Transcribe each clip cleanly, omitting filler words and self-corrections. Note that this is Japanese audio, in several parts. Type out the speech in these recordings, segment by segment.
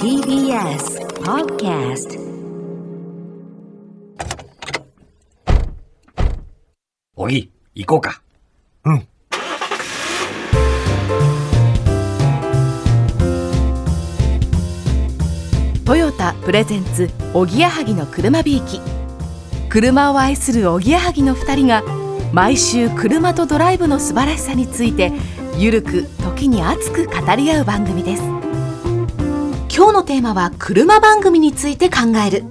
TBS Podcast。 おぎ、行こうか。 うん。 トヨタプレゼンツおぎやはぎの車びいき。車を愛するおぎやはぎの2人が毎週車とドライブの素晴らしさについてゆるく時に熱く語り合う番組です。今日のテーマは車番組について考える。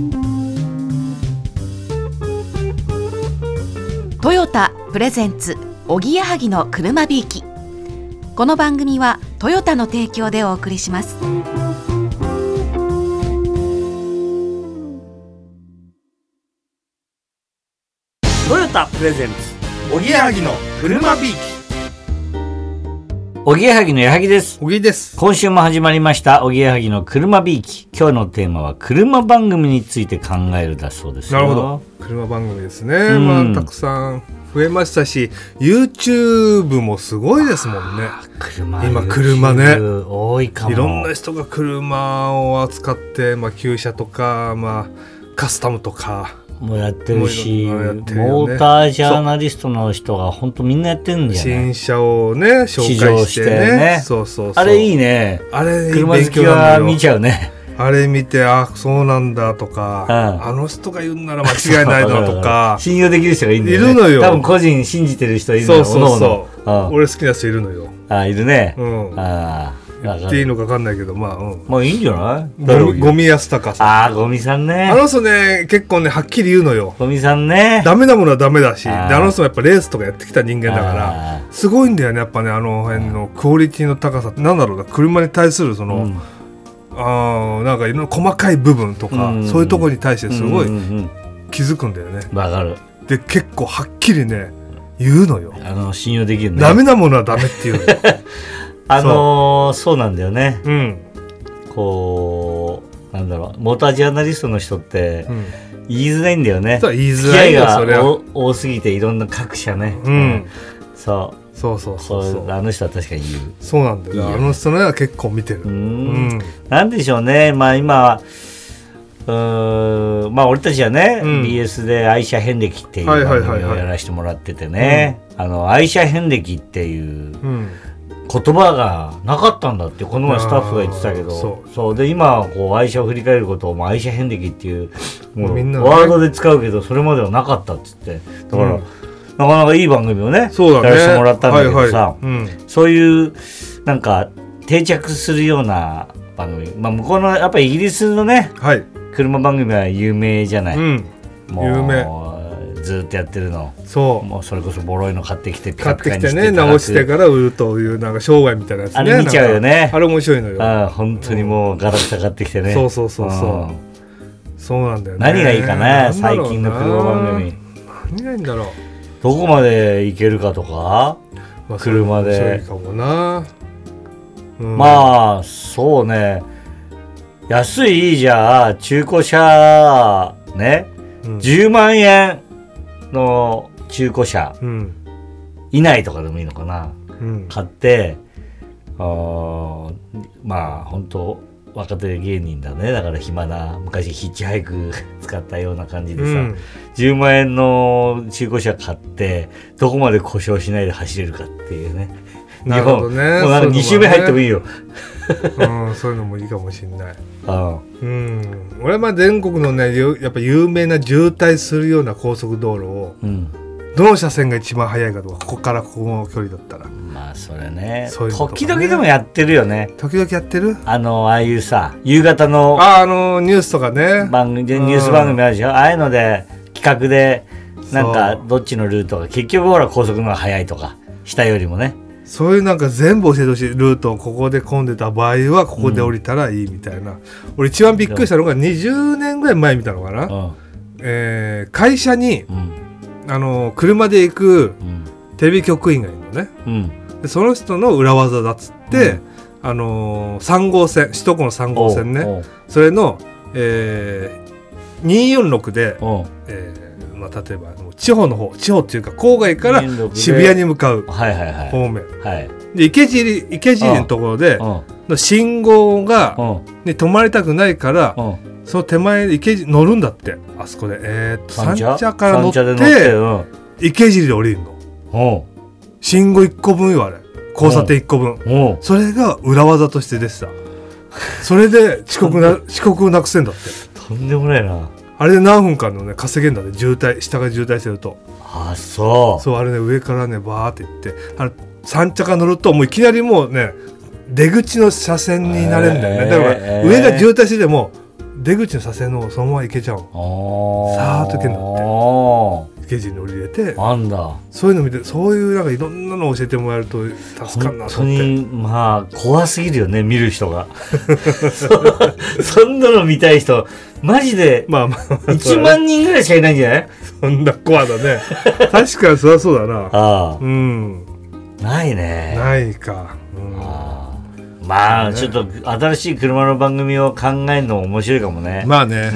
トヨタプレゼンツおぎやはぎの車びいき。この番組はトヨタの提供でお送りします。 トヨタプレゼンツおぎやはぎの車びいき。 おぎやはぎのやはぎです。 おぎです。 今週も始まりましたおぎやはぎの車びいき。今日のテーマは車番組について考えるだそうですよ。 なるほど、車番組ですね。まあたくさん増えましたし YouTube もすごいですもんね。今車ね多いかも。 いろんな人が車を扱って、旧車とか、カスタムとかもやってるし、 モータージャーナリストの人が本当みんなやってるんじゃない。 新車をね紹介してね。そうあれいいね。 あれ車好きは見ちゃうね。 あれ見てそうなんだとか、あの人が言うなら間違いないなとか信用できる人がいるんだよね。 いるのよ。 多分個人信じてる人いるのよ。 そう俺好きな人いるのよ。 いるね。 言っていいのか分かんないけどまあいいんじゃない。 ゴミ安高さん。 ゴミさんね。 あの人ね結構ねはっきり言うのよ。 ゴミさんね。 ダメなものはダメだし、であの人もやっぱレースとかやってきた人間だからすごいんだよね。やっぱねあの辺のクオリティの高さってなんだろうな。車に対するその、なんかいろんな細かい部分とか、そういうところに対してすごい気づくんだよね。 わかる。で結構はっきりね言うのよ。 信用できるね。 ダメなものはダメっていうのそうなんだよね。なんだろう、モータージャーナリストの人って、言いづらいんだよね。 言いづらいよ。 付き合いが多すぎていろんな各社ね。 そうあの人は確かに言う。 そうなんだよ。あの人のは結構見てる。 なんでしょうね。今俺たちはね、BS で愛車遍歴っていう番組をやらせてもらっててね、愛車遍歴っていう言葉がなかったんだってこの前スタッフが言ってたけど、そうで今愛車を振り返ることを愛車遍歴っていうもうワードで使うけどそれまではなかったっつって、だから、なかなかいい番組をねやらせてもらったんだけどさ、そういうなんか定着するような番組、向こうのやっぱりイギリスのね、車番組は有名じゃない。もう有名。ずっとやってるの。もうそれこそボロいの買ってきてピカピカにしてね直してから売るというなんか商売みたいなやつね。 あれ見ちゃうよね。 あれ面白いのよ。 本当にもうガラクタ買ってきてね。 そうなんだよね。 何がいいかな最近の車番組。 何がいいんだろう。 どこまで行けるかとか、車で。 面白いかもな。そうね。安いじゃあ中古車ね、10万円の中古車、以内とかでもいいのかな、買って本当若手芸人だね。だから暇な昔ヒッチハイク使ったような感じでさ、10万円の中古車買ってどこまで故障しないで走れるかっていうね。 なるほどね。 もうなんか2周目入ってもいいよ。 そういうのもいいかもしれない。俺は全国のねやっぱ有名な渋滞するような高速道路を、どの車線が一番速いかとか、ここからここの距離だったらそれね時 々でもやってるよね。 時々やってる。 ああいうさ夕方のニュースとかね番組でニュース番組あるでしょ。ああいうので企画でなんかどっちのルートが結局ほら高速の方が速いとか下よりもね、 そういうなんか全部教えてほしい。ルートをここで混んでた場合はここで降りたらいいみたいな。俺一番びっくりしたのが20年ぐらい前見たのかな。会社に、車で行くテレビ局員がいるのね。でその人の裏技だっつって、3号線首都高の3号線ね、それの、246で、例えば地方っていうか郊外から渋谷に向かう方面、で池尻のところで、 信号が、に止まりたくないから、その手前で池尻乗るんだって。あそこで三茶から乗って池尻で降りるの。信号1個分よあれ。交差点1個分。それが裏技としてでした。それで遅刻をなくせんだって。 とんでもないな。 あれで何分間のね稼げんだね。下が渋滞してると。 そうあれね上からねバーって行って三茶から乗るともういきなりもうね出口の車線になれるんだよね。だから上が渋滞してても出口の車線のそのまま行けちゃうの。さーっと行けんだって。池尻に降りれてそういうの見てそういうなんかいろんなのを教えてもらえると助かるなと思って。 本当に怖すぎるよね見る人がそんなの見たい人マジで1万人ぐらいしかいないんじゃない？ そんな怖だね確かにそりゃそうだな。 ないね。 ないか。 ちょっと新しい車の番組を考えるのも面白いかもね。 まあね。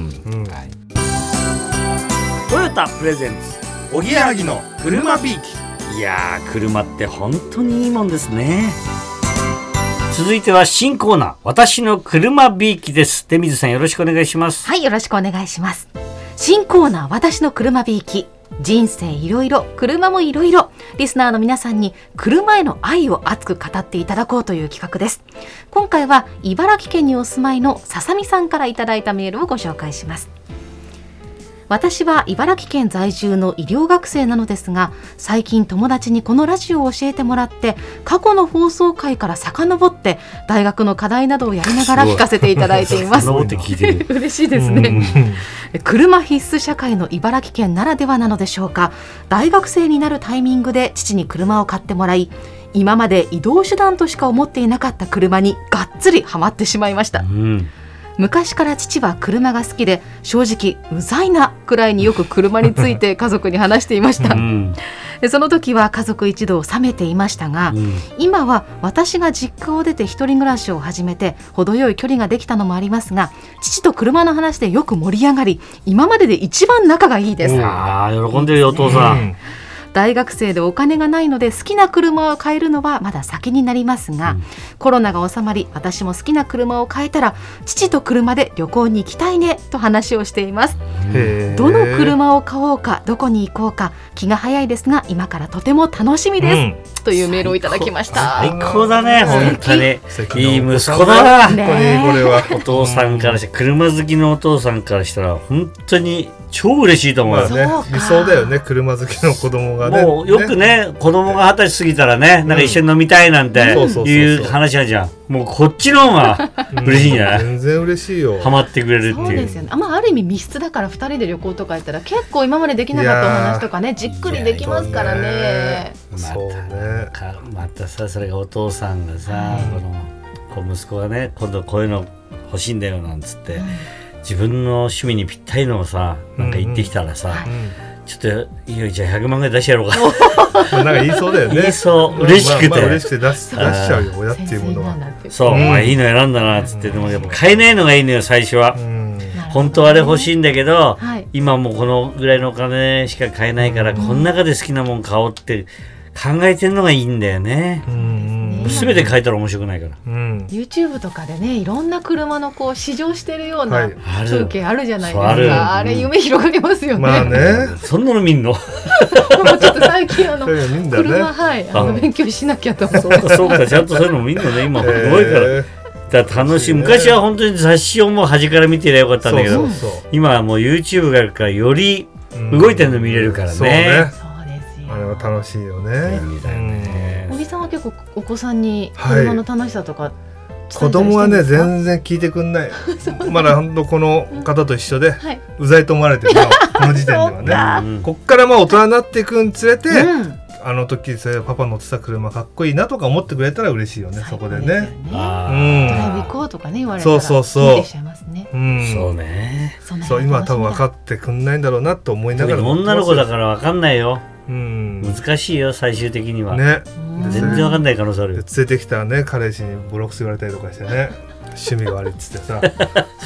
トヨタプレゼンツおぎやはぎの車ビーキ。 いやー車って本当にいいもんですね。続いては新コーナー私の車ビーキです。出水さんよろしくお願いします。 はい、よろしくお願いします。新コーナー私の車ビーキ。人生いろいろ車もいろいろリスナーの皆さんに車への愛を熱く語っていただこうという企画です。今回は茨城県にお住まいのささみさんからいただいたメールをご紹介します。私は茨城県在住の医療学生なのですが、最近友達にこのラジオを教えてもらって過去の放送回から遡って大学の課題などをやりながら聞かせていただいています。嬉しいですね。車必須社会の茨城県ならではなのでしょうか。大学生になるタイミングで父に車を買ってもらい、今まで移動手段としか思っていなかった車にがっつりハマってしまいました。昔から父は車が好きで正直うざいなくらいによく車について家族に話していました。その時は家族一同冷めていましたが、今は私が実家を出て一人暮らしを始めて程よい距離ができたのもありますが、父と車の話でよく盛り上がり今までで一番仲がいいです。 喜んでるよお父さん。 大学生でお金がないので好きな車を買えるのはまだ先になりますが、コロナが収まり私も好きな車を買えたら父と車で旅行に行きたいねと話をしています。どの車を買おうかどこに行こうか気が早いですが今からとても楽しみです、というメールをいただきました。 最高だね本当にいい息子だな、 これはお父さんからして車好きのお父さんからしたら本当に超嬉しいと思うよね。 理想だよね車好きの子供がね。 もうよくね子供が20歳過ぎたらねなんか一緒に飲みたいなんていう話あるじゃん。もうこっちの方が嬉しいんじゃない？ 全然嬉しいよ。 ハマってくれるっていう。 そうですよね。ある意味密室だから2人で旅行とか行ったら結構今までできなかったお話とかねじっくりできますからね。 またさそれがお父さんがさ、この息子がね今度こういうの欲しいんだよなんつって、自分の趣味にぴったりのをさなんか言ってきたらさ、ちょっといいよじゃあ100万ぐらい出してやろうかなんか言いそうだよね。 言いそう嬉しくて、 嬉しくて出しちゃうよ親っていうものは。 そう、いいの選んだなっつって。でもやっぱ買えないのがいいのよ最初は。本当はあれ欲しいんだけど、今もうこのぐらいのお金しか買えないから、この中で好きなもん買おうって考えてるのがいいんだよね。全て買えたら面白くないから、 YouTube とかでねいろんな車のこう試乗してるような風景あるじゃないですか。あれ夢広がりますよね。 まあねそんなの見んのちょっと最近車勉強しなきゃと思って。 そうかちゃんとそういうのも見んのね今すごいから。楽しい。昔は本当に雑誌をもう端から見てりゃよかったんだけど、今はもう YouTube があるからより動いてるの見れるからね。 そうですよ。 あれは楽しいよね。 小木さんは結構お子さんに車の楽しさとか、 子供はね全然聞いてくんない。まだ本当この方と一緒で、うざいと思われてるこの時点ではね。こっから大人になっていくにつれて、あの時パパ乗ってた車かっこいいなとか思ってくれたら嬉しいよね。そこでね。ドライブ行こうとかね言われたらいいでしょいますね。 そうね。 そう今は多分分かってくんないんだろうなと思いながら。 女の子だから分かんないよ。難しいよ最終的にはね。全然分かんない可能性あるよ。連れてきたね彼氏にボロクソ言われたりとかしてね趣味が悪いっつってさそ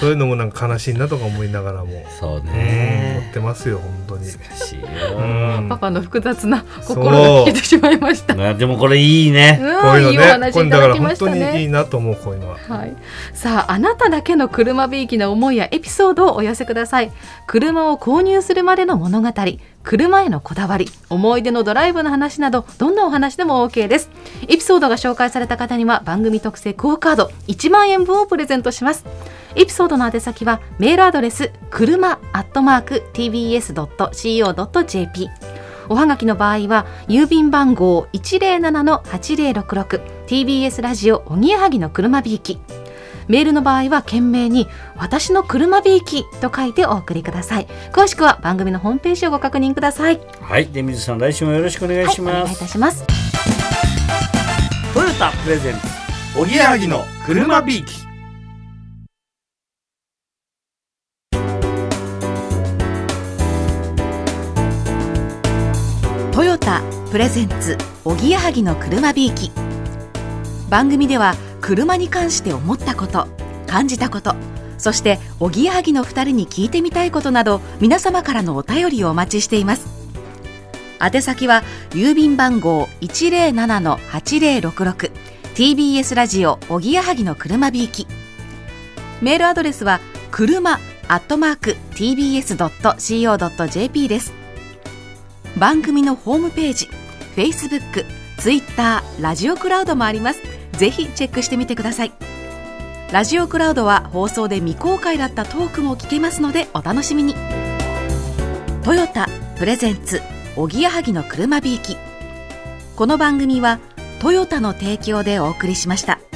そういうのもなんか悲しいなとか思いながらもそうね、 思ってますよ本当に。 難しいよ、 パパの複雑な心が聞けてしまいました。 でもこれいいね、 こういうのね、 いいお話いただきましたね。 これだから本当にいいなと思うこういうのは、 はい、さああなただけの車びいきの思いやエピソードをお寄せください。車を購入するまでの物語、車へのこだわり、思い出のドライブの話などどんなお話でも OK です。エピソードが紹介された方には番組特製クオカード1万円分をプレゼントします。エピソードの宛先はメールアドレス車@tbs.co.jp、 おはがきの場合は郵便番号 107-8066 TBS ラジオおぎやはぎの車びいき、メールの場合は懸命に私の車びいきと書いてお送りください。詳しくは番組のホームページをご確認ください。 はい、で水さん来週もよろしくお願いします。 はい、お願いいたします。 トヨタプレゼンツおぎやはぎの車びいき。 トヨタプレゼンツおぎやはぎの車びいき。番組では車に関して思ったこと、感じたこと、そしておぎやはぎの2人に聞いてみたいことなど皆様からのお便りをお待ちしています。宛先は郵便番号 107-8066 TBS ラジオおぎやはぎの車びいき。メールアドレスは車@tbs.co.jp です。番組のホームページ、Facebook、Twitter、ラジオクラウドもあります。ぜひチェックしてみてください。ラジオクラウドは放送で未公開だったトークも聞けますのでお楽しみに。トヨタプレゼンツおぎやはぎの車びいき。この番組はトヨタの提供でお送りしました。